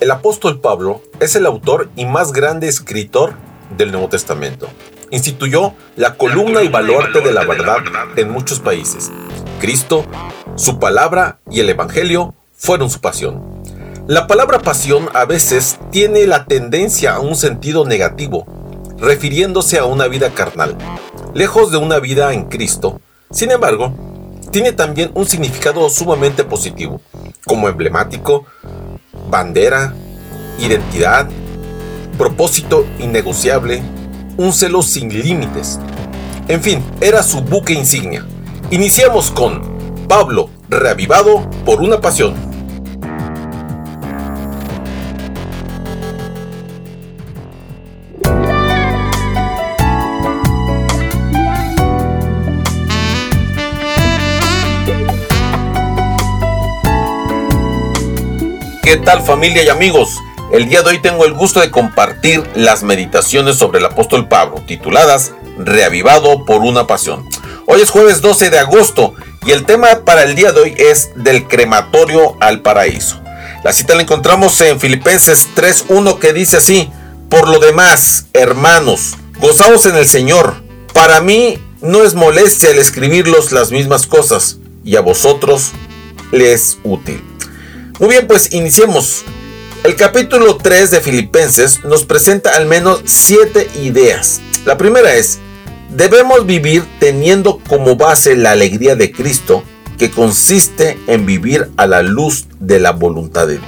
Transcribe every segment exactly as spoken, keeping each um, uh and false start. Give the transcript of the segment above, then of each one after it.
El apóstol Pablo es el autor y más grande escritor del Nuevo Testamento. Instituyó la columna y baluarte de la verdad en muchos países. Cristo, su palabra y el Evangelio fueron su pasión. La palabra pasión a veces tiene la tendencia a un sentido negativo, refiriéndose a una vida carnal, lejos de una vida en Cristo. Sin embargo, tiene también un significado sumamente positivo, como emblemático, bandera, identidad, propósito innegociable, un celo sin límites. En fin, era su buque insignia. Iniciamos con Pablo, reavivado por una pasión. ¿Qué tal, familia y amigos? El día de hoy tengo el gusto de compartir las meditaciones sobre el apóstol Pablo, tituladas Reavivado por una pasión. Hoy es jueves doce de agosto y el tema para el día de hoy es del crematorio al paraíso. La cita la encontramos en Filipenses tres uno, que dice así: por lo demás, hermanos, gozaos en el Señor. Para mí no es molestia el escribirlos las mismas cosas, y a vosotros les es útil. Muy bien, pues iniciemos. El capítulo tres de Filipenses nos presenta al menos siete ideas. La primera es: debemos vivir teniendo como base la alegría de Cristo, que consiste en vivir a la luz de la voluntad de Dios.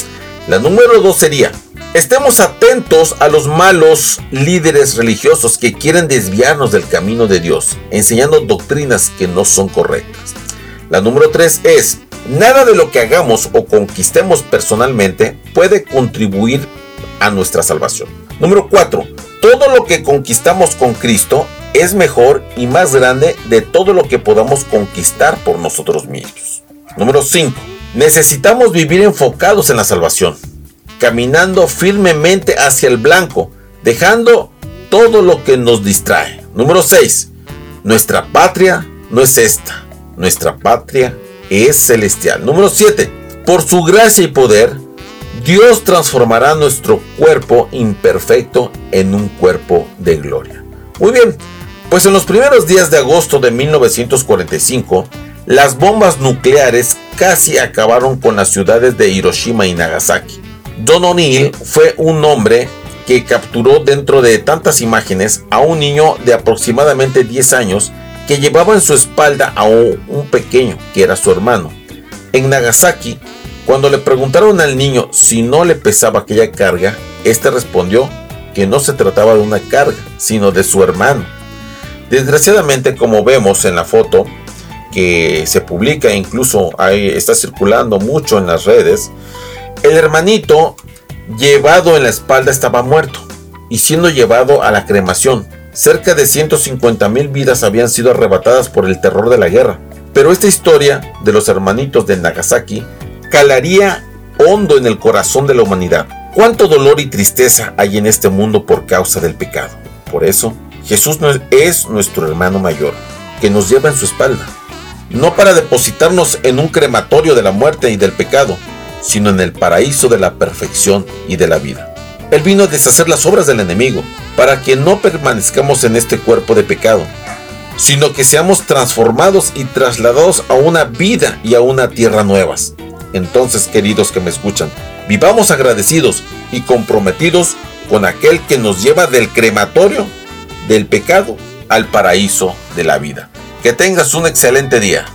La número dos sería: estemos atentos a los malos líderes religiosos que quieren desviarnos del camino de Dios, enseñando doctrinas que no son correctas. La número tres es: nada de lo que hagamos o conquistemos personalmente puede contribuir a nuestra salvación. Número cuatro. Todo lo que conquistamos con Cristo es mejor y más grande de todo lo que podamos conquistar por nosotros mismos. Número cinco. Necesitamos vivir enfocados en la salvación, caminando firmemente hacia el blanco, dejando todo lo que nos distrae. Número seis. Nuestra patria no es esta. Nuestra patria es celestial. Número siete. Por su gracia y poder, Dios transformará nuestro cuerpo imperfecto en un cuerpo de gloria. Muy bien, pues en los primeros días de agosto de mil novecientos cuarenta y cinco, las bombas nucleares casi acabaron con las ciudades de Hiroshima y Nagasaki. Don O'Neill fue un hombre que capturó dentro de tantas imágenes a un niño de aproximadamente diez años que llevaba en su espalda a un, un pequeño que era su hermano. En Nagasaki, cuando le preguntaron al niño si no le pesaba aquella carga, este respondió que no se trataba de una carga, sino de su hermano. Desgraciadamente, como vemos en la foto que se publica, incluso ahí está circulando mucho en las redes, el hermanito llevado en la espalda estaba muerto y siendo llevado a la cremación. Cerca de ciento cincuenta mil vidas habían sido arrebatadas por el terror de la guerra. Pero esta historia de los hermanitos de Nagasaki calaría hondo en el corazón de la humanidad. Cuánto dolor y tristeza hay en este mundo por causa del pecado. Por eso, Jesús es nuestro hermano mayor, que nos lleva en su espalda. No para depositarnos en un crematorio de la muerte y del pecado, sino en el paraíso de la perfección y de la vida. Él vino a deshacer las obras del enemigo, para que no permanezcamos en este cuerpo de pecado, sino que seamos transformados y trasladados a una vida y a una tierra nuevas. Entonces, queridos que me escuchan, vivamos agradecidos y comprometidos con aquel que nos lleva del crematorio, del pecado, al paraíso de la vida. Que tengas un excelente día.